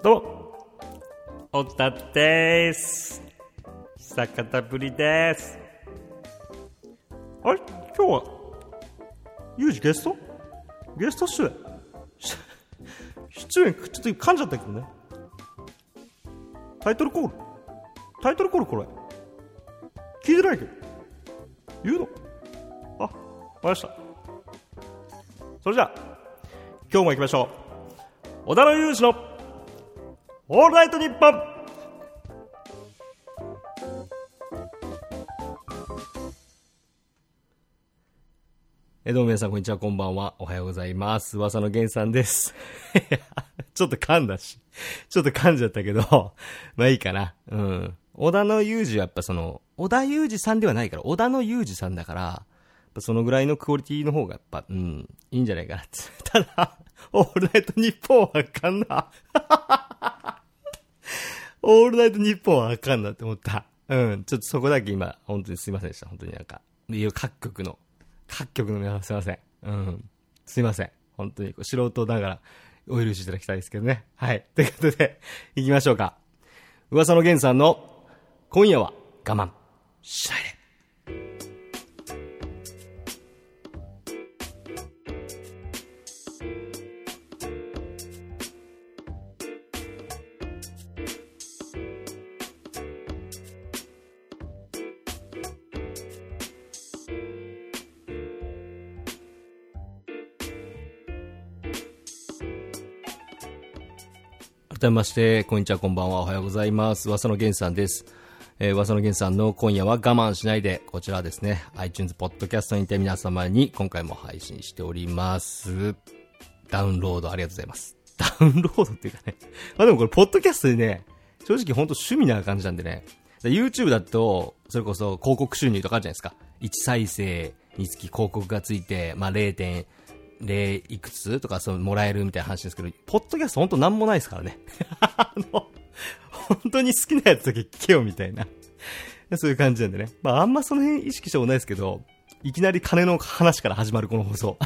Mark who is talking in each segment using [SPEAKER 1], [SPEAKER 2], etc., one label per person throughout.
[SPEAKER 1] どうも、おたでーす。久方ぶりです。あれ、今日はユージゲスト出演出演ちょっと噛んじゃったけどね。タイトルコールこれ聞いてないけど言うの。あ、わかりました。それじゃあ今日も行きましょう。小田野裕二のオールナイトニッポン。どうも皆さんこんにちは、こんばんは、おはようございます。噂の源さんですちょっと噛んだしちょっと噛んじゃったけどまあいいかな。小田野裕二はやっぱ小田裕二さんではないから、小田野裕二さんだから、そのぐらいのクオリティの方がやっぱいいんじゃないかなってただオールナイトニッポンはあかんなオールナイトニッポンはあかんなって思った。ちょっとそこだけ今本当にすいませんでした。本当になんか各局の皆さんすいません。すいません。本当に素人ながらお許しいただきたいですけどね。はい。ということで行きましょうか。噂の源さんの今夜は我慢しないで。改めましてこんにちは、こんばんは、おはようございます。噂の源さんです。噂の源さんの今夜は我慢しないで、こちらはですね iTunes ポッドキャストにて皆様に今回も配信しております。ダウンロードありがとうございます。ダウンロードっていうかねでもこれポッドキャストでね、正直本当趣味な感じなんでね、YouTube だとそれこそ広告収入とかあるじゃないですか。1再生につき広告がついて、0.0 いくつとかもらえるみたいな話ですけど、ポッドキャスト本当なんもないですからね本当に好きなやつだけ聞けよみたいなそういう感じなんでね。あんまその辺意識したことないですけど、いきなり金の話から始まるこの放送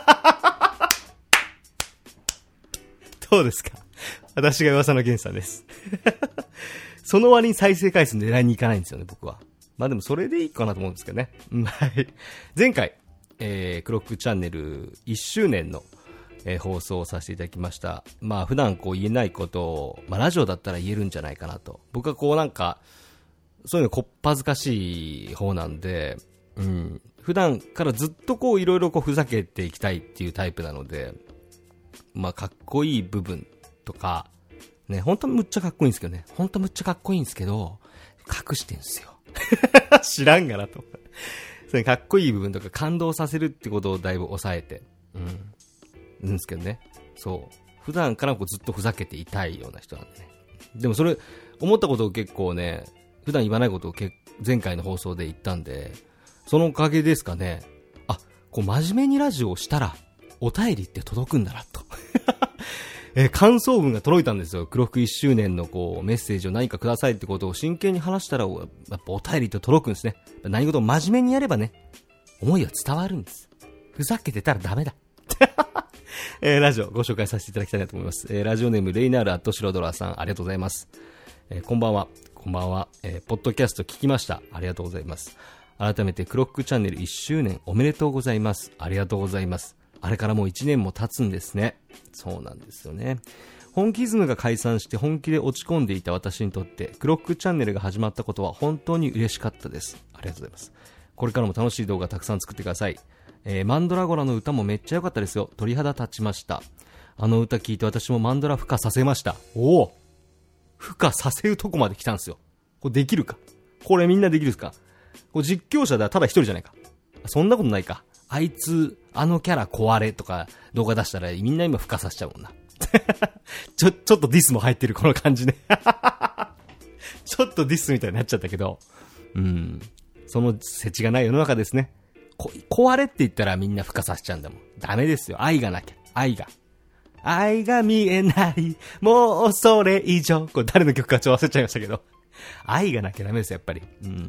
[SPEAKER 1] どうですか。私が噂の源さんですその割に再生回数狙いに行かないんですよね、僕は。でもそれでいいかなと思うんですけどね。はい。前回クロックチャンネル1周年の、放送をさせていただきました。普段言えないことを、ラジオだったら言えるんじゃないかなと。僕はなんかそういうのこっぱずかしい方なんで、普段からずっといろいろふざけていきたいっていうタイプなので、かっこいい部分とかね、本当むっちゃかっこいいんですけどね、本当むっちゃかっこいいんですけど隠してんすよ知らんがなとかっこいい部分とか感動させるってことをだいぶ抑えてですけどね。そう普段からずっとふざけていたいような人なんでね。でもそれ思ったことを結構ね、普段言わないことを前回の放送で言ったんで、そのおかげですかね。真面目にラジオをしたらお便りって届くんだなと感想文が届いたんですよ。黒服1周年のメッセージを何かくださいってことを真剣に話したら、やっぱお便りって届くんですね。何事を真面目にやればね、思いは伝わるんです。ふざけてたらダメだラジオご紹介させていただきたいなと思います。ラジオネームレイナールアットシロドラさん、ありがとうございます。こんばんは。ポッドキャスト聞きました。ありがとうございます。改めてクロックチャンネル1周年おめでとうございます。ありがとうございます。あれからもう1年も経つんですね。そうなんですよね。本気ズムが解散して本気で落ち込んでいた私にとってクロックチャンネルが始まったことは本当に嬉しかったです。ありがとうございます。これからも楽しい動画たくさん作ってください。マンドラゴラの歌もめっちゃ良かったですよ。鳥肌立ちました。あの歌聞いて私もマンドラ孵化させました。おお、孵化させるとこまで来たんですよ。これできるか、これみんなできるですか。実況者ではただ一人じゃないか。そんなことないか。あいつあのキャラ壊れとか動画出したらみんな今孵化させちゃうもんなちょっとディスも入ってるこの感じねちょっとディスみたいになっちゃったけど、その世知がない世の中ですね。壊れって言ったらみんな孵化させちゃうんだもん。ダメですよ。愛がなきゃ。愛が見えない、もうそれ以上。これ誰の曲かちょっと忘れちゃいましたけど愛がなきゃダメですよ、やっぱり。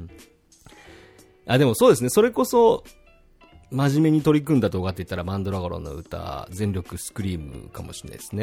[SPEAKER 1] でもそうですね。それこそ真面目に取り組んだ動画って言ったらマンドラゴロの歌全力スクリームかもしれないですね。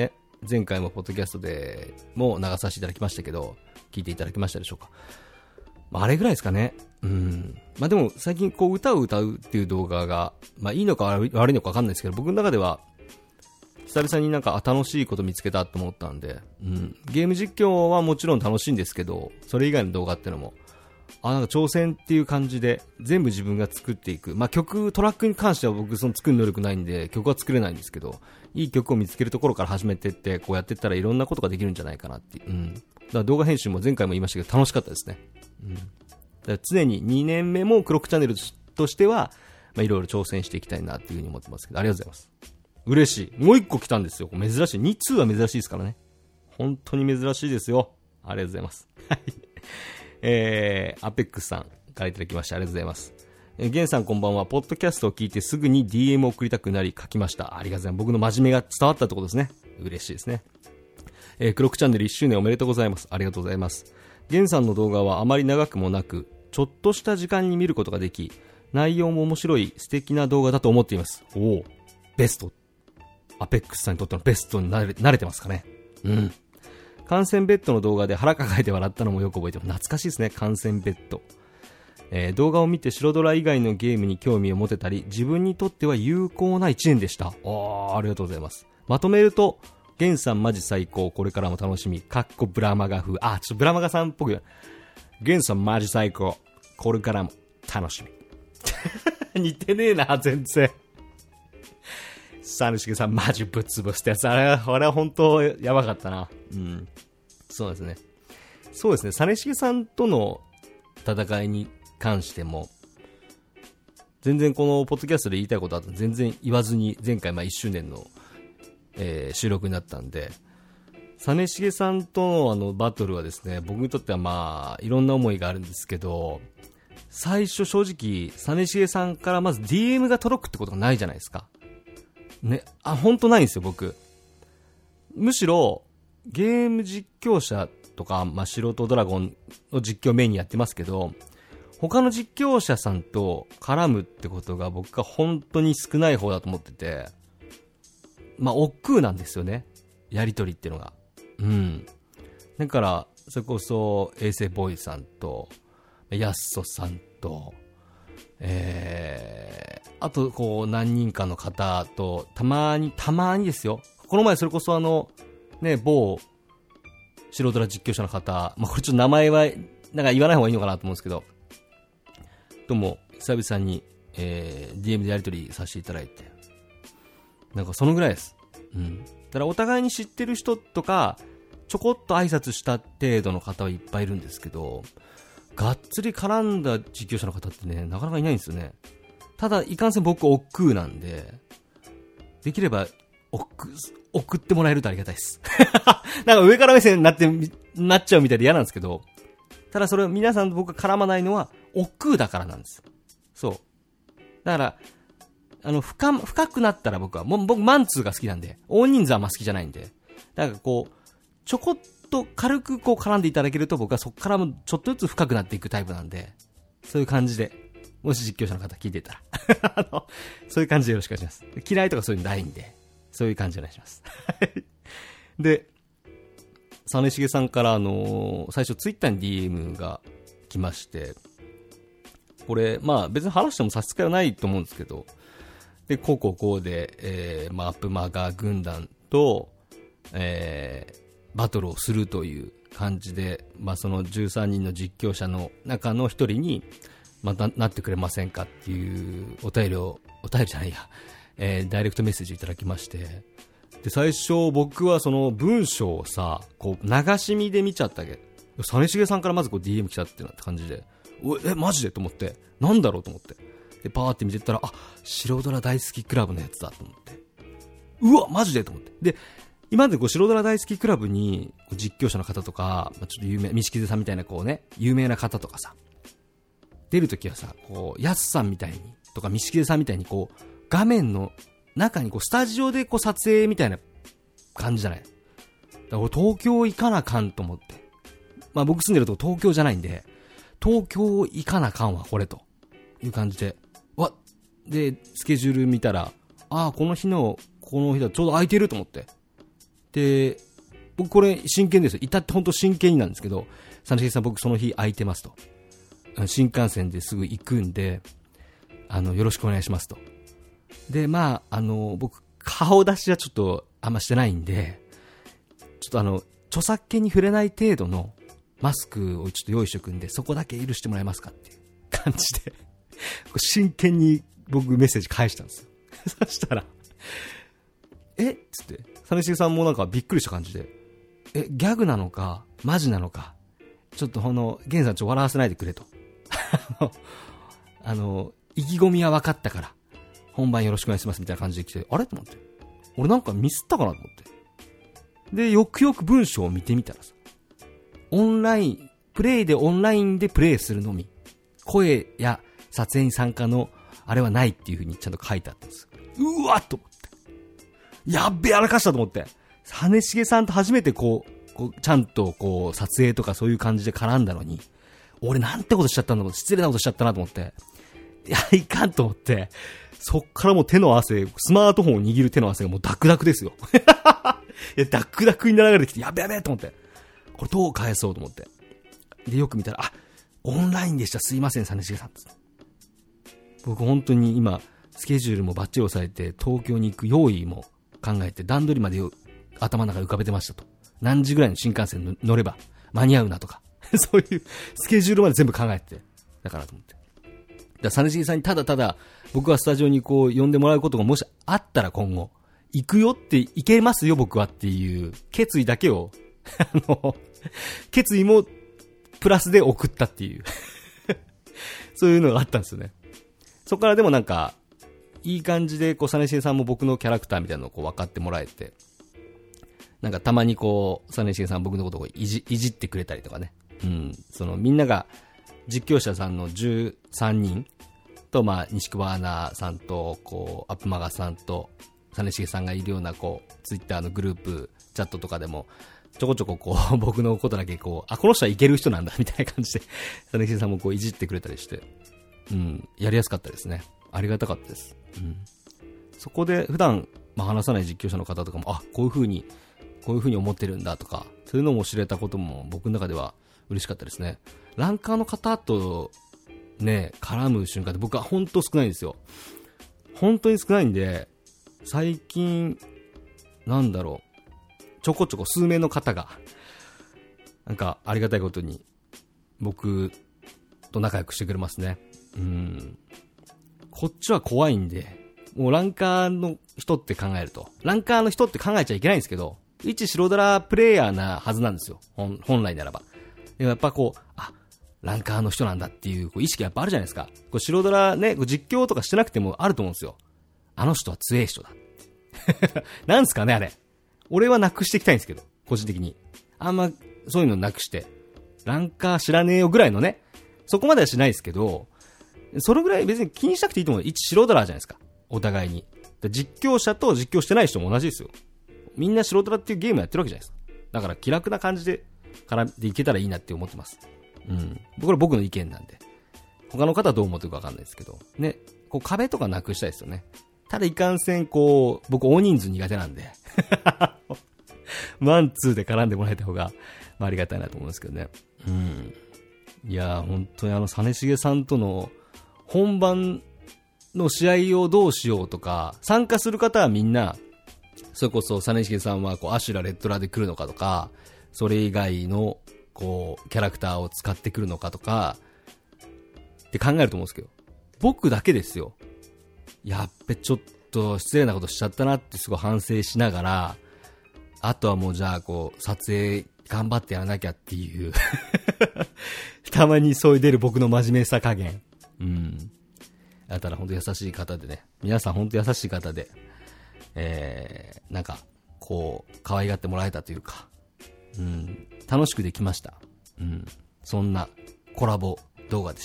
[SPEAKER 1] 前回もポッドキャストでも流させていただきましたけど、聞いていただきましたでしょうか。あれぐらいですかね。でも最近こう歌を歌うっていう動画が、いいのか悪いのか分かんないですけど、僕の中では久々になんか楽しいこと見つけたと思ったんで、ゲーム実況はもちろん楽しいんですけど、それ以外の動画っていうのもなんか挑戦っていう感じで全部自分が作っていく。トラックに関しては僕その作る能力ないんで曲は作れないんですけど、いい曲を見つけるところから始めてってこうやっていったらいろんなことができるんじゃないかなっていう。だから動画編集も前回も言いましたけど楽しかったですね。だから常に2年目もクロックチャンネルとしてはいろいろ挑戦していきたいなっていうふうに思ってますけど、ありがとうございます。嬉しい。もう1個来たんですよ。珍しい。2通は珍しいですからね。本当に珍しいですよ。ありがとうございます。はい。アペックスさんからいただきました。ありがとうございます。ゲンさんこんばんは。ポッドキャストを聞いてすぐに DM を送りたくなり書きました。ありがとうございます。僕の真面目が伝わったってことですね。嬉しいですね。クロックチャンネル1周年おめでとうございます。ありがとうございます。ゲンさんの動画はあまり長くもなく、ちょっとした時間に見ることができ、内容も面白い素敵な動画だと思っています。ベスト。アペックスさんにとってのベストに慣れてますかね。感染ベッドの動画で腹抱えて笑ったのもよく覚えてます。懐かしいですね、感染ベッド。動画を見て白ドラ以外のゲームに興味を持てたり、自分にとっては有効な1年でした。ありがとうございます。まとめると、ゲンさんマジ最高、これからも楽しみ、ブラマガ風。ちょっとブラマガさんっぽく、ゲンさんマジ最高、これからも楽しみ。似てねえな、全然。サネシゲさんマジぶっ潰すってやつ、あれは本当やばかったな。そうですね。そうですね。サネシゲさんとの戦いに関しても、全然このポッドキャストで言いたいことあったら全然言わずに、前回1周年の、収録になったんで、サネシゲさんとのバトルはですね、僕にとってはいろんな思いがあるんですけど、最初正直サネシゲさんからまず DM が届くってことがないじゃないですかね。本当ないんですよ。僕むしろゲーム実況者とか、素人ドラゴンの実況メインにやってますけど、他の実況者さんと絡むってことが僕が本当に少ない方だと思ってて、億劫なんですよね、やりとりっていうのが。だからそれこそ衛星ボーイさんとヤッソさんと、あとこう何人かの方とたまにですよ。この前それこそ某白ドラ実況者の方、これちょっと名前はなんか言わない方がいいのかなと思うんですけど、とも久々に、DM でやり取りさせていただいて、なんかそのぐらいです。だからお互いに知ってる人とかちょこっと挨拶した程度の方はいっぱいいるんですけど、がっつり絡んだ実況者の方ってね、なかなかいないんですよね。ただいかんせん僕億劫なんで、できれば送ってもらえるとありがたいですなんか上から目線になっちゃうみたいで嫌なんですけど、ただそれを皆さんと僕が絡まないのは億劫だからなんです。そうだから深くなったら僕マンツーが好きなんで、大人数は好きじゃないんで、だからこうちょこっと軽くこう絡んでいただけると、僕はそこからもちょっとずつ深くなっていくタイプなんで、そういう感じで、もし実況者の方聞いてたらそういう感じでよろしくお願いします。嫌いとかそういうのないんで、そういう感じでお願いしますで、サネシゲさんから最初ツイッターに DM が来まして、これ別に話しても差し支えはないと思うんですけど、でこうで、アップマガ軍団と、バトルをするという感じで、その13人の実況者の中の一人に、なってくれませんかっていうお便りじゃないや、ダイレクトメッセージいただきまして、で最初僕はその文章をこう流し見で見ちゃったけど、サネシゲさんからまずこう DM 来たって感じで、マジでと思って、なんだろうと思って、でパーって見てったら、白ドラ大好きクラブのやつだと思って、うわマジでと思って、で今までこう白ドラ大好きクラブに実況者の方とか、ちょっと有名、ミシキゼさんみたいな有名な方とか出るときはこうヤスさんみたいにとかミシキゼさんみたいにこう画面の中にこうスタジオでこう撮影みたいな感じじゃない。だから東京行かなあかんと思って、僕住んでるとこ東京じゃないんで、東京行かなあかんわこれという感じで、でスケジュール見たら、この日だちょうど空いてると思って、 で、僕これ真剣ですよ。至って本当真剣になんですけど、サネシゲさん僕その日空いてますと。新幹線ですぐ行くんで、よろしくお願いしますと。で、まあ、僕、顔出しはちょっとあんましてないんで、ちょっと著作権に触れない程度のマスクをちょっと用意しておくんで、そこだけ許してもらえますかっていう感じで、真剣に僕メッセージ返したんですよ。そしたら、っつって、サネシゲさんもなんかびっくりした感じで、ギャグなのか、マジなのか、ちょっとゲンさんちょっと笑わせないでくれと。意気込みは分かったから、本番よろしくお願いしますみたいな感じで来て、あれと思って。俺なんかミスったかなと思って。で、よくよく文章を見てみたらさ、プレイでオンラインでプレイするのみ、声や撮影に参加のあれはないっていう風にちゃんと書いてあったんですよ。うわっと思って。やっべやらかしたと思って。サネシゲさんと初めてこうちゃんと撮影とかそういう感じで絡んだのに、俺なんてことしちゃったんだろう、失礼なことしちゃったなと思って、いや、いかんと思って、そっからもう手の汗、スマートフォンを握る手の汗がもうダクダクですよ。いや、ダクダクに流れてきて、やべやべと思って、これどう返そうと思って。で、よく見たら、オンラインでした、すいません、サネシゲさん。僕本当に今、スケジュールもバッチリ押さえて、東京に行く用意も考えて、段取りまで頭の中で浮かべてましたと。何時ぐらいの新幹線乗れば間に合うなとか、そういうスケジュールまで全部考えて、だからと思って。サネシゲさんにただただ僕はスタジオに呼んでもらうことがもしあったら今後行くよって行けますよ僕はっていう決意だけを決意もプラスで送ったっていうそういうのがあったんですよね。そこからでもなんかいい感じでサネシゲさんも僕のキャラクターみたいなのを分かってもらえて、なんかたまにサネシゲさん僕のことをいじってくれたりとかね、みんなが実況者さんの13人と、西久保アナさんと、アップマガさんと、サネシゲさんがいるような、ツイッターのグループ、チャットとかでも、ちょこちょこ僕のことだけこの人はいける人なんだ、みたいな感じで、サネシゲさんもいじってくれたりして、やりやすかったですね。ありがたかったです。そこで、普段、話さない実況者の方とかも、こういう風に思ってるんだとか、そういうのも知れたことも、僕の中では嬉しかったですね。ランカーの方とね、絡む瞬間って僕は本当少ないんですよ。本当に少ないんで、最近、ちょこちょこ数名の方が、なんかありがたいことに、僕と仲良くしてくれますね。こっちは怖いんで、もうランカーの人って考えると、ランカーの人って考えちゃいけないんですけど、一白ドラプレイヤーなはずなんですよ。本来ならば。でもやっぱランカーの人なんだっていう意識がやっぱあるじゃないですか。白ドラね、実況とかしてなくてもあると思うんですよ。あの人は強い人だ。なんすかね、あれ。俺はなくしていきたいんですけど、個人的に。あんま、そういうのなくして。ランカー知らねえよぐらいのね。そこまではしないですけど、それぐらい別に気にしなくていいと思う。一白ドラじゃないですか。お互いに。実況者と実況してない人も同じですよ。みんな白ドラっていうゲームやってるわけじゃないですか。だから気楽な感じで絡んでいけたらいいなって思ってます。これ僕の意見なんで。他の方はどう思ってるかわかんないですけど。ね。壁とかなくしたいですよね。ただいかんせん僕大人数苦手なんで。マンツーで絡んでもらえた方が、ありがたいなと思うんですけどね。いやー、本当にサネシゲさんとの本番の試合をどうしようとか、参加する方はみんな、それこそサネシゲさんはアシュラレッドラで来るのかとか、それ以外のキャラクターを使ってくるのかとかって考えると思うんですけど、僕だけですよ。やっべ、ちょっと失礼なことしちゃったなってすごい反省しながら、あとはもうじゃあ撮影頑張ってやらなきゃっていうたまにそういう出る僕の真面目さ加減。あったら本当優しい方でね、皆さん本当優しい方で、なんか可愛がってもらえたというか、楽しくできました。そんなコラボ動画でした。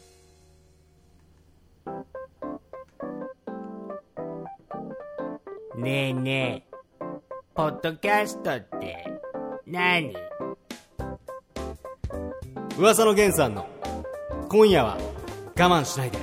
[SPEAKER 2] ねえねえ、ポッドキャストって何？
[SPEAKER 1] 噂の源さんの今夜は我慢しないで。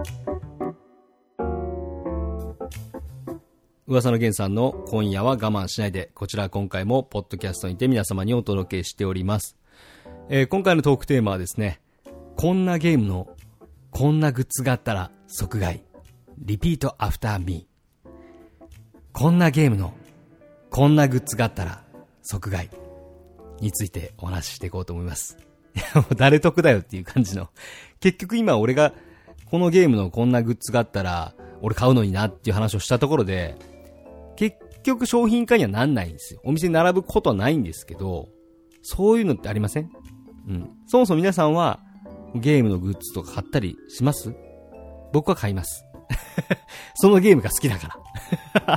[SPEAKER 1] 噂の源さんの今夜は我慢しないで、こちら今回もポッドキャストにて皆様にお届けしております。今回のトークテーマはですね、こんなゲームのこんなグッズがあったら即買い、リピートアフターミー。こんなゲームのこんなグッズがあったら即買いについてお話ししていこうと思います。いやもう誰得だよっていう感じの、結局今俺がこのゲームのこんなグッズがあったら俺買うのになっていう話をしたところで、結局商品化にはなんないんですよ。お店に並ぶことはないんですけど、そういうのってありません？うん。そもそも皆さんはゲームのグッズとか買ったりします？僕は買います。そのゲームが好きだから。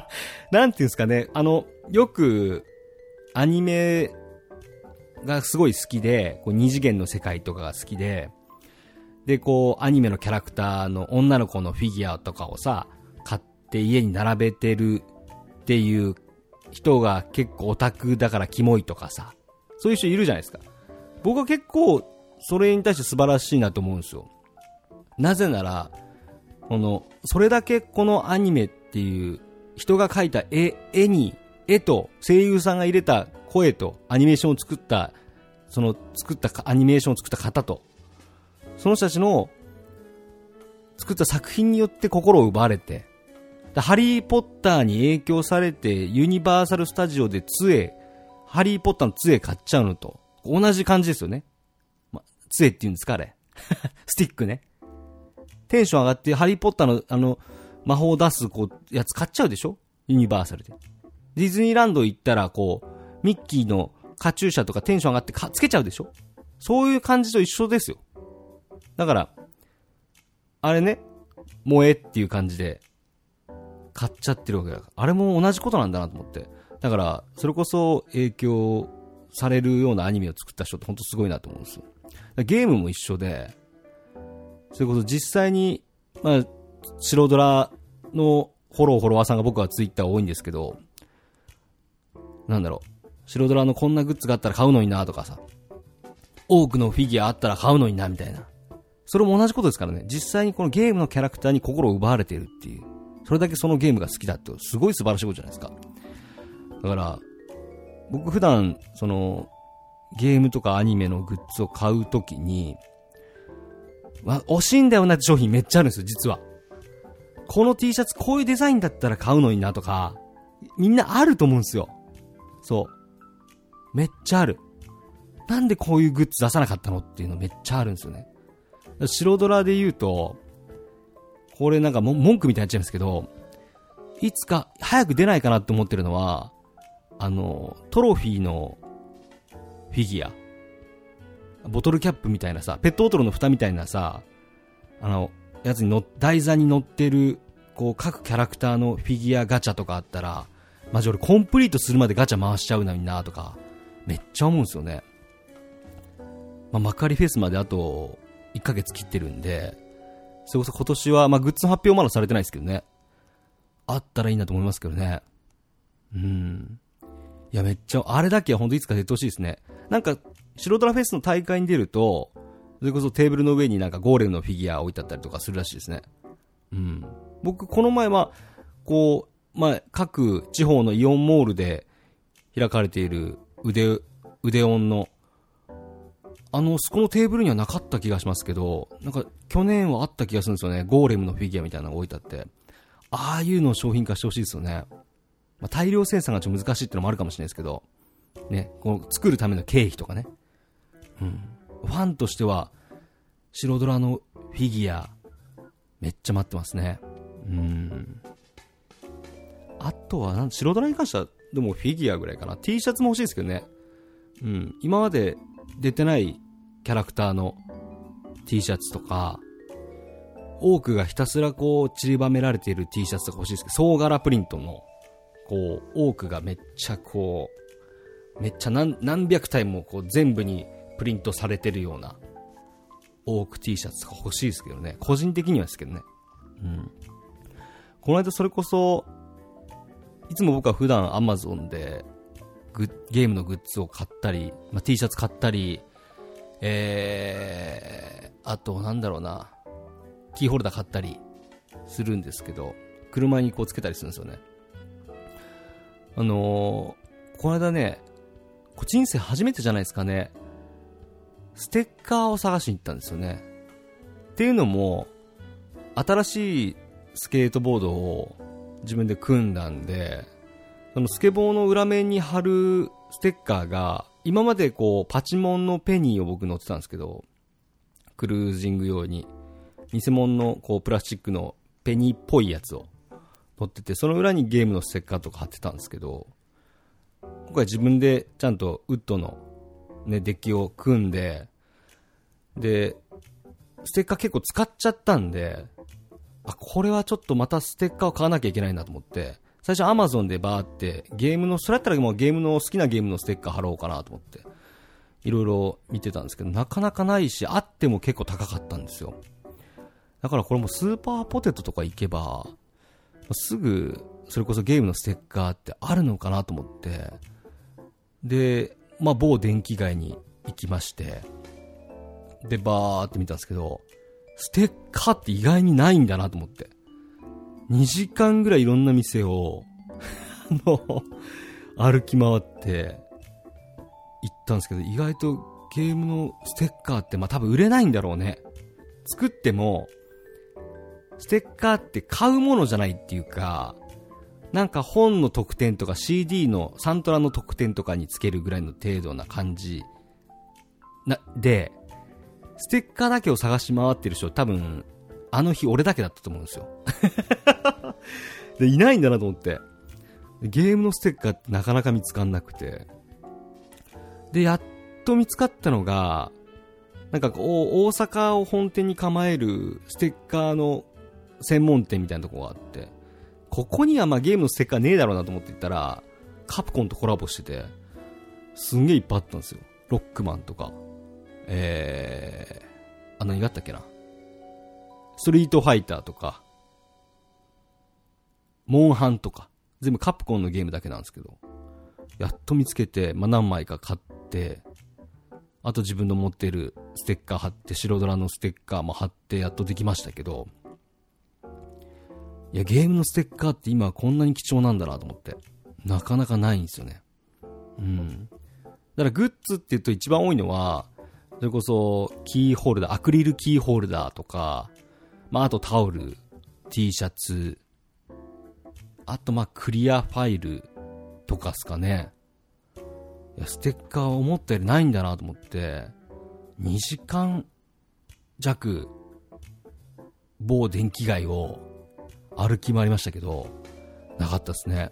[SPEAKER 1] なんていうんですかね、よくアニメがすごい好きで、こう二次元の世界とかが好きで、で、こうアニメのキャラクターの女の子のフィギュアとかをさ、買って家に並べてるっていう人が結構オタクだからキモいとかさ、そういう人いるじゃないですか。僕は結構それに対して素晴らしいなと思うんですよ。なぜなら、それだけこのアニメっていう人が描いた絵と声優さんが入れた声とアニメーションを作った、アニメーションを作った方と、その人たちの作った作品によって心を奪われて、ハリーポッターに影響されてユニバーサルスタジオでハリーポッターの杖買っちゃうのと同じ感じですよね。杖って言うんですかあれ。スティックね。テンション上がってハリーポッターの魔法を出すやつ買っちゃうでしょ、ユニバーサルで。ディズニーランド行ったらミッキーのカチューシャとかテンション上がってつけちゃうでしょ。そういう感じと一緒ですよ。だからあれね、萌えっていう感じで買っちゃってるわけだから、あれも同じことなんだなと思って。だからそれこそ影響されるようなアニメを作った人って本当すごいなと思うんですよ。ゲームも一緒で、それこそ実際に白ドラのフォロワーさんが僕はツイッター多いんですけど、なんだろう、白ドラのこんなグッズがあったら買うのになとかさ、多くのフィギュアあったら買うのになみたいな、それも同じことですからね。実際にこのゲームのキャラクターに心を奪われているっていう、それだけそのゲームが好きだってすごい素晴らしいことじゃないですか。だから僕普段ゲームとかアニメのグッズを買うときに、惜しいんだよなって商品めっちゃあるんですよ、実は。この T シャツこういうデザインだったら買うのになとか、みんなあると思うんですよ。そう。めっちゃある。なんでこういうグッズ出さなかったのっていうのめっちゃあるんですよね。白ドラで言うと、これなんか文句みたいになっちゃいますけど、いつか早く出ないかなって思ってるのは、トロフィーのフィギュア。ボトルキャップみたいなさ、ペットボトルの蓋みたいなさ、やつに台座に乗ってる、各キャラクターのフィギュアガチャとかあったら、マジ俺コンプリートするまでガチャ回しちゃうのになとか、めっちゃ思うんですよね。幕張フェスまであと1ヶ月切ってるんで、それこそ今年は、グッズの発表まだされてないですけどね。あったらいいなと思いますけどね。いや、めっちゃ、あれだけはほんといつか出てほしいですね。なんか、白ドラフェスの大会に出ると、それこそテーブルの上になんかゴーレムのフィギュア置いてあったりとかするらしいですね。僕、この前は、各地方のイオンモールで開かれている腕音の、そこのテーブルにはなかった気がしますけど、なんか去年はあった気がするんですよね。ゴーレムのフィギュアみたいなのが置いてあって。ああいうのを商品化してほしいですよね。大量生産がちょっと難しいってのもあるかもしれないですけど、ね、作るための経費とかね。ファンとしては、白ドラのフィギュア、めっちゃ待ってますね。あとは白ドラに関しては、でもフィギュアぐらいかな。T シャツも欲しいですけどね。今まで出てないキャラクターの T シャツとか、多くがひたすら散りばめられている T シャツとか欲しいですけど、総柄プリントの、多くがめっちゃ何百体も全部にプリントされてるような、多く T シャツとか欲しいですけどね。個人的にはですけどね。この間それこそ、いつも僕は普段 Amazon でゲームのグッズを買ったり、T シャツ買ったり、あとなんだろうな、 キーホルダー買ったりするんですけど、車にこうつけたりするんですよね。この間ね、人生初めてじゃないですかね、ステッカーを探しに行ったんですよね。っていうのも、新しいスケートボードを自分で組んだんで、そのスケボーの裏面に貼るステッカーが、今までこうパチモンのペニーを僕乗ってたんですけど、クルージング用に偽物のこうプラスチックのペニーっぽいやつを乗ってて、その裏にゲームのステッカーとか貼ってたんですけど、今回自分でちゃんとウッドのね、デッキを組んで、でステッカー結構使っちゃったんで、これはちょっとまたステッカーを買わなきゃいけないなと思って、最初 Amazon でバーってゲームの、それだったらもうゲームの好きなゲームのステッカー貼ろうかなと思っていろいろ見てたんですけど、なかなかないし、あっても結構高かったんですよ。だからこれもスーパーポテトとか行けばすぐそれこそゲームのステッカーってあるのかなと思って、で某電気街に行きまして、でバーって見たんですけど、ステッカーって意外にないんだなと思って、2時間ぐらいいろんな店を歩き回って行ったんですけど、意外とゲームのステッカーって多分売れないんだろうね。作ってもステッカーって買うものじゃないっていうか、なんか本の特典とか CD のサントラの特典とかにつけるぐらいの程度な感じで、ステッカーだけを探し回ってる人、多分あの日俺だけだったと思うんですよでいないんだなと思って、ゲームのステッカーってなかなか見つかんなくて、でやっと見つかったのが、なんかこう大阪を本店に構えるステッカーの専門店みたいなところがあって、ここにはゲームのステッカーねえだろうなと思って行ったら、カプコンとコラボしててすんげえいっぱいあったんですよ。ロックマンとか何があったっけな、ストリートファイターとかモンハンとか、全部カプコンのゲームだけなんですけど、やっと見つけて、何枚か買って、あと自分の持ってるステッカー貼って、白ドラのステッカーも貼ってやっとできましたけど、いやゲームのステッカーって今こんなに貴重なんだなと思って、なかなかないんですよね。だからグッズって言うと一番多いのは、それこそキーホルダー、アクリルキーホルダーとか、あとタオル、T シャツ、あとクリアファイルとかっすかね。いやステッカーは思ったよりないんだなと思って、2時間弱某電気街を歩き回りましたけど、なかったですね。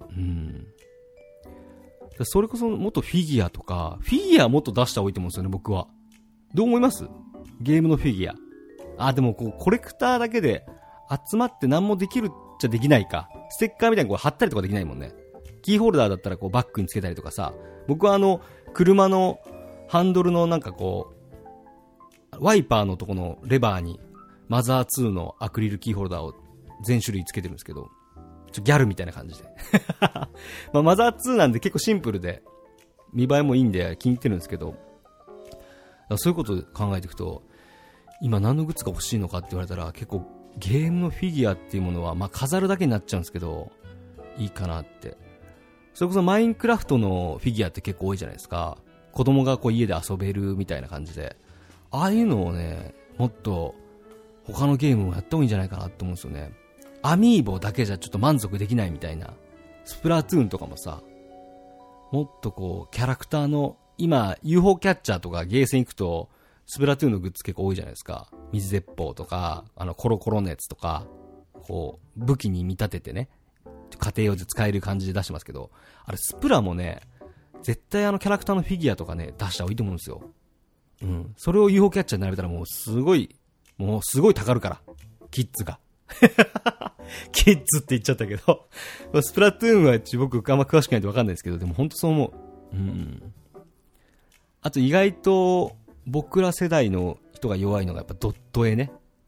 [SPEAKER 1] それこそもっとフィギュアとか、フィギュアもっと出した方がいいと思うんですよね、僕は。どう思います？ゲームのフィギュア。でもコレクターだけで集まって何もできるっちゃできないか。ステッカーみたいに貼ったりとかできないもんね。キーホルダーだったらバッグにつけたりとかさ。僕は車のハンドルのワイパーのとこのレバーにマザー2のアクリルキーホルダーを全種類つけてるんですけど、ギャルみたいな感じでマザー2なんで結構シンプルで見栄えもいいんで気に入ってるんですけど、そういうことを考えていくと、今何のグッズが欲しいのかって言われたら、結構ゲームのフィギュアっていうものは飾るだけになっちゃうんですけど、いいかなって。それこそマインクラフトのフィギュアって結構多いじゃないですか。子供が家で遊べるみたいな感じで、ああいうのをね、もっと他のゲームもやった方がいいんじゃないかなって思うんですよね。アミーボだけじゃちょっと満足できないみたいな。スプラトゥーンとかもさ、もっとキャラクターの、今 UFO キャッチャーとかゲーセン行くとスプラトゥーンのグッズ結構多いじゃないですか。水鉄砲とかコロコロのやつとか、武器に見立ててね、家庭用で使える感じで出してますけど、あれスプラもね、絶対キャラクターのフィギュアとかね出した方がいいと思うんですよ。それを UFO キャッチャーに並べたらもうすごいたかるから、キッズがキッズって言っちゃったけどスプラトゥーンは僕あんま詳しくないと分かんないですけど、でも本当そう思う。あと意外と僕ら世代の人が弱いのがやっぱドット絵ね。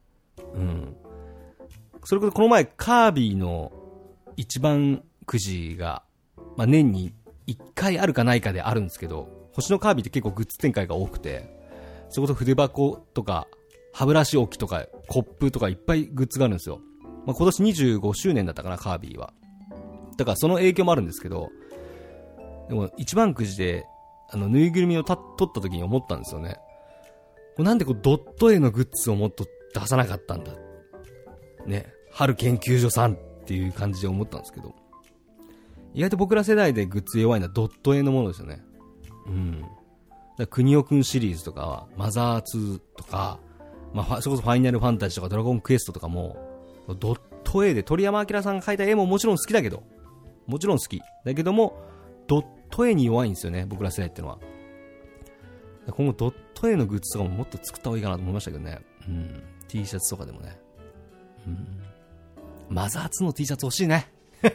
[SPEAKER 1] それこそこの前カービィの一番くじが、年に1回あるかないかであるんですけど、星のカービィって結構グッズ展開が多くて、それこそ筆箱とか歯ブラシ置きとか、コップとかいっぱいグッズがあるんですよ。まあ、今年25周年だったかな、カービィは。だからその影響もあるんですけど、でも一番くじで、ぬいぐるみを取った時に思ったんですよね。なんでドット絵のグッズをもっと出さなかったんだ。ね。春研究所さんっていう感じで思ったんですけど。意外と僕ら世代でグッズ弱いのはドット絵のものですよね。うん。だから国尾くんシリーズとかは、マザー2とか、まあ、それこそファイナルファンタジーとかドラゴンクエストとかも、ドット絵で鳥山明さんが描いた絵ももちろん好きだけど、もちろん好き。だけども、ドット絵に弱いんですよね、僕ら世代ってのは。今後ドット絵のグッズとかももっと作った方がいいかなと思いましたけどね。うん。T シャツとかでもね。うん。マザー2の T シャツ欲しいね。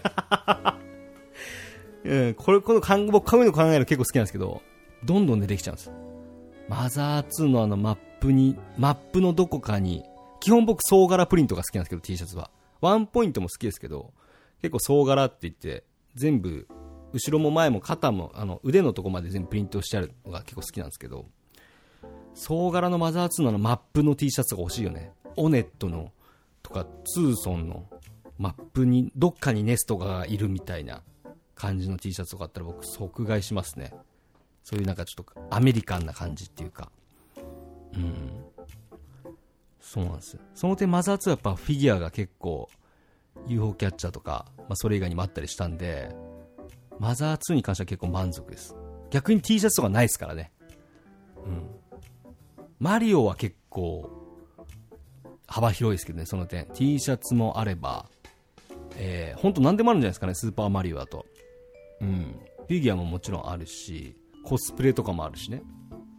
[SPEAKER 1] うん、僕こういうの考えるの結構好きなんですけど、どんどん出てきちゃうんです。マザー2のマップのどこかに、基本僕総柄プリントが好きなんですけど、T シャツは。ワンポイントも好きですけど、結構総柄って言って、全部、後ろも前も肩も、腕のとこまで全部プリントしてあるのが結構好きなんですけど、総柄のマザー2のマップの T シャツが欲しいよね。オネットの、とか、ツーソンのマップに、どっかにネストがいるみたいな感じの T シャツとかあったら僕即買いしますね。そういうなんかちょっとアメリカンな感じっていうか。うん。そうなんですよ。その点マザー2はやっぱフィギュアが結構 UFO キャッチャーとか、まあそれ以外にもあったりしたんで、マザー2に関しては結構満足です。逆に T シャツとかないですからね。うん。マリオは結構幅広いですけどね、その点。T シャツもあれば、ほんと何でもあるんじゃないですかね、スーパーマリオだと。うん。フィギュアももちろんあるし、コスプレとかもあるしね。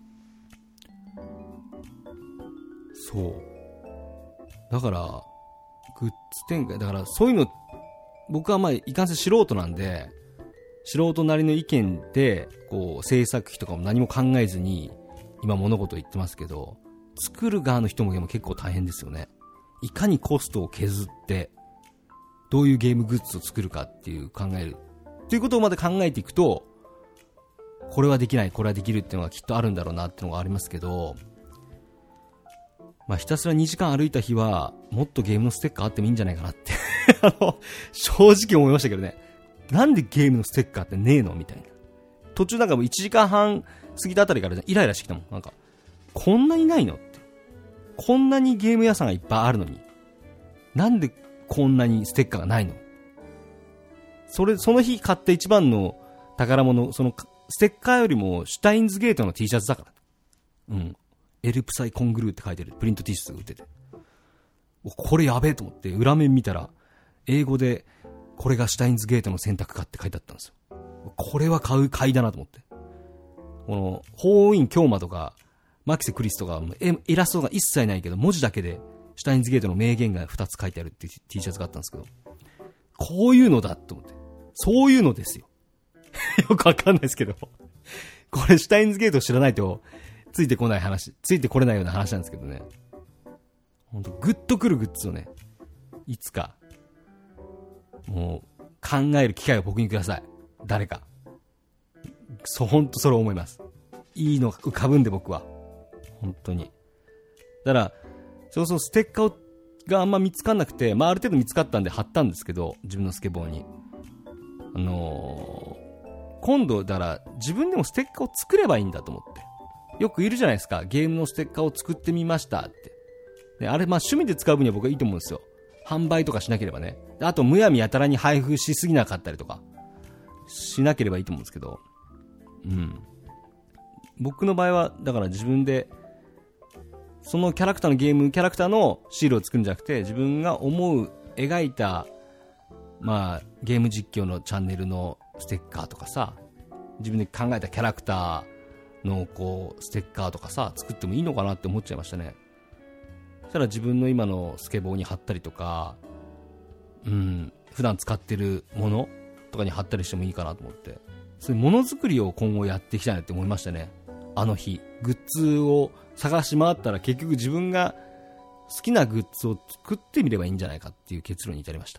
[SPEAKER 1] そう。だから、グッズ展開、だからそういうの、僕はまあ、いかんせん素人なんで、素人なりの意見で、こう、制作費とかも何も考えずに、今物事を言ってますけど、作る側の人も結構大変ですよね。いかにコストを削って、どういうゲームグッズを作るかっていう考える。ということをまで考えていくと、これはできない、これはできるっていうのがきっとあるんだろうなっていうのがありますけど、まあひたすら2時間歩いた日は、もっとゲームのステッカーあってもいいんじゃないかなって正直思いましたけどね。なんでゲームのステッカーってねえのみたいな。途中なんかもう1時間半過ぎたあたりからイライラしてきたもん。なんか、こんなにないのって。こんなにゲーム屋さんがいっぱいあるのに。なんでこんなにステッカーがないの？その日買った一番の宝物、そのステッカーよりもシュタインズゲートの T シャツだから。うん。エルプサイコングルーって書いてるプリント T シャツが売ってて。これやべえと思って裏面見たら、英語でこれがシュタインズゲートの選択かって書いてあったんですよ。これは買いだなと思って。この、法院京馬とか、マキセクリスとか、イラストが一切ないけど、文字だけで、シュタインズゲートの名言が2つ書いてあるっていう T シャツがあったんですけど、こういうのだと思って。そういうのですよ。よくわかんないですけど。これシュタインズゲートを知らないと、ついてこない話、ついてこれないような話なんですけどね。ほんと、グッとくるグッズをね、いつか、もう、考える機会を僕にください。誰か。ほんとそれを思います。いいのが浮かぶんで僕は。本当に。だから、そうステッカーがあんま見つかんなくて、まあある程度見つかったんで貼ったんですけど、自分のスケボーに。今度、だから自分でもステッカーを作ればいいんだと思って。よくいるじゃないですか。ゲームのステッカーを作ってみましたって。で、あれまあ趣味で使う分には僕はいいと思うんですよ。販売とかしなければね。あとむやみやたらに配布しすぎなかったりとか。しなければいいと思うんですけど。うん。僕の場合は、だから自分で、そのキャラクターのゲームキャラクターのシールを作るんじゃなくて、自分が描いた、まあ、ゲーム実況のチャンネルのステッカーとかさ、自分で考えたキャラクターのこう、ステッカーとかさ、作ってもいいのかなって思っちゃいましたね。そしたら自分の今のスケボーに貼ったりとか、普段使ってるものとかに貼ったりしてもいいかなと思って。そういうものづくりを今後やっていきたいなって思いましたね。あの日。グッズを探し回ったら結局自分が好きなグッズを作ってみればいいんじゃないかっていう結論に至りました。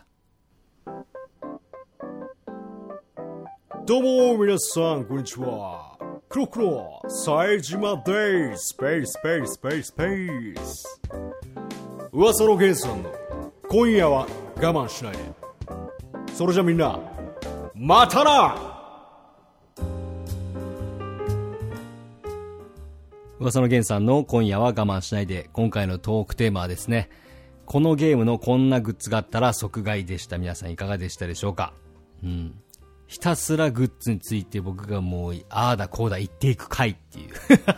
[SPEAKER 3] どうも皆さんこんにちは。 クロクロ冴島です。スペーススペーススペーススペース。噂の源さんの今夜は我慢しないで。それじゃみんなまたな。
[SPEAKER 1] 噂の源さんの今夜は我慢しないで。今回のトークテーマはですね、このゲームのこんなグッズがあったら即買いでした。皆さんいかがでしたでしょうか。ひたすらグッズについて僕がもうああだこうだ言っていく回っていう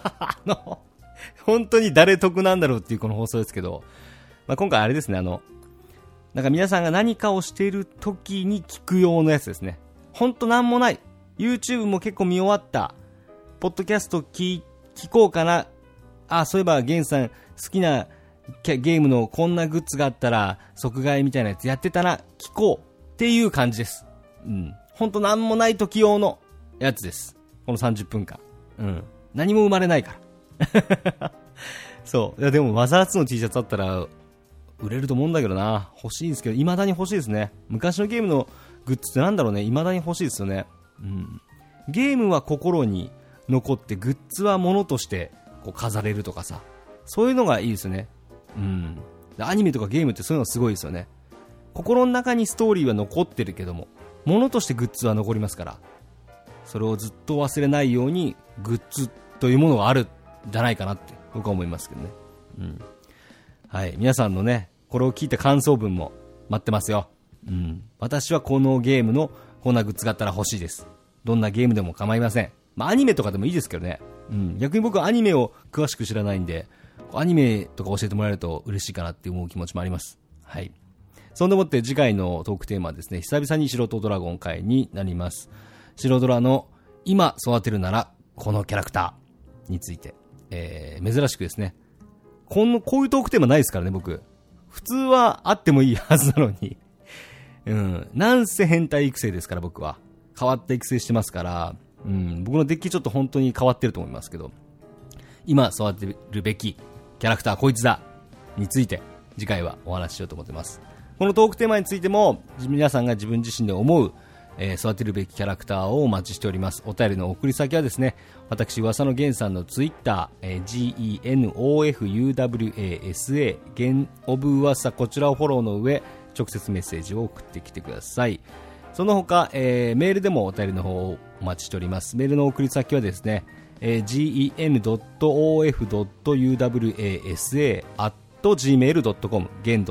[SPEAKER 1] 本当に誰得なんだろうっていうこの放送ですけど、今回あれですね、なんか皆さんが何かをしている時に聞く用のやつですね。ほんとなんもない YouTube も結構見終わった、ポッドキャスト聞こうかな、そういえばゲンさん好きなゲームのこんなグッズがあったら即買いみたいなやつやってたな、聞こうっていう感じです。ほんとなんもない時用のやつです、この30分間。何も生まれないからそう。いやでもマザー2の T シャツあったら売れると思うんだけどな。欲しいんですけど、未だに欲しいですね。昔のゲームのグッズってなんだろうね、未だに欲しいですよね。ゲームは心に残って、グッズは物としてこう飾れるとかさ、そういうのがいいですよね。アニメとかゲームってそういうのすごいですよね。心の中にストーリーは残ってるけども、物としてグッズは残りますから、それをずっと忘れないようにグッズというものがあるんじゃないかなって僕は思いますけどね。はい、皆さんのね、これを聞いた感想文も待ってますよ。私はこのゲームのこんなグッズがあったら欲しいです。どんなゲームでも構いません。アニメとかでもいいですけどね。逆に僕はアニメを詳しく知らないんで、アニメとか教えてもらえると嬉しいかなって思う気持ちもあります。はい。そんでもって次回のトークテーマはですね、久々に素人ドラゴン会になります。白ドラの今育てるならこのキャラクターについて、珍しくですね、こういうトークテーマないですからね、僕。普通はあってもいいはずなのに。なんせ変態育成ですから、僕は。変わった育成してますから、僕のデッキちょっと本当に変わってると思いますけど、今育てるべきキャラクターこいつだについて次回はお話ししようと思ってます。このトークテーマについても皆さんが自分自身で思う、育てるべきキャラクターをお待ちしております。お便りの送り先はですね、私噂の源さんのツイッター、GENOFUWASA 源オブ噂、こちらをフォローの上直接メッセージを送ってきてください。その他、メールでもお便りの方をお待ちしております。メールの送り先はですね、gen.of.uwasa@gmail.com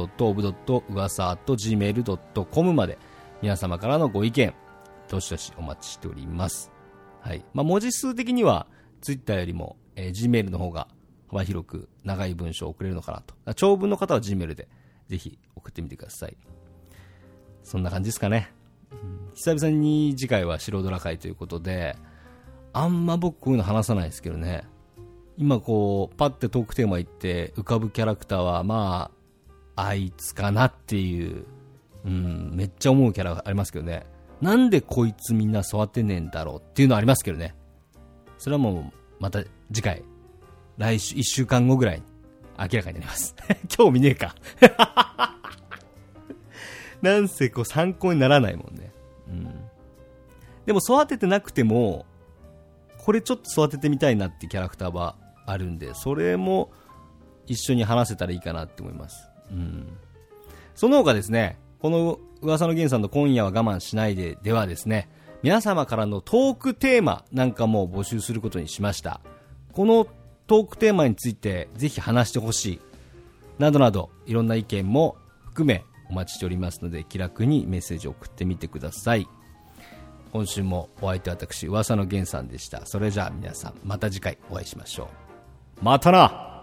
[SPEAKER 1] gen.of.uwasa@gmail.com まで皆様からのご意見どしどしお待ちしております。はい。文字数的にはツイッターよりも、Gmail の方が幅広く長い文章を送れるのかなと。長文の方は Gmail でぜひ送ってみてください。そんな感じですかね。久々に次回は白ドラ会ということで、あんま僕こういうの話さないですけどね。今こうパッてトークテーマ言って浮かぶキャラクターはあいつかなっていう、めっちゃ思うキャラがありますけどね。なんでこいつみんな育てねえんだろうっていうのはありますけどね。それはもうまた次回、来週1週間後ぐらいに明らかになります興味ねえかなんせこう参考にならないもんね。でも育ててなくてもこれちょっと育ててみたいなっていうキャラクターはあるんで、それも一緒に話せたらいいかなって思います。その他ですね、この噂の源さんの今夜は我慢しないでではですね、皆様からのトークテーマなんかも募集することにしました。このトークテーマについてぜひ話してほしいなどなど、いろんな意見も含めお待ちしておりますので、気楽にメッセージを送ってみてください。今週もお相手は私噂の源さんでした。それじゃあ皆さんまた次回お会いしましょう。またな。